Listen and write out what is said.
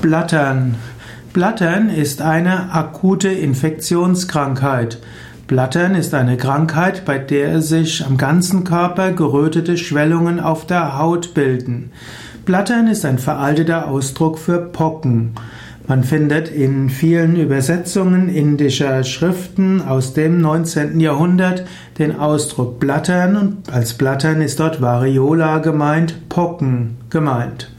Blattern. Blattern ist eine akute Infektionskrankheit. Blattern ist eine Krankheit, bei der sich am ganzen Körper gerötete Schwellungen auf der Haut bilden. Blattern ist ein veralteter Ausdruck für Pocken. Man findet in vielen Übersetzungen indischer Schriften aus dem 19. Jahrhundert den Ausdruck Blattern, und als Blattern ist dort Variola gemeint, Pocken gemeint.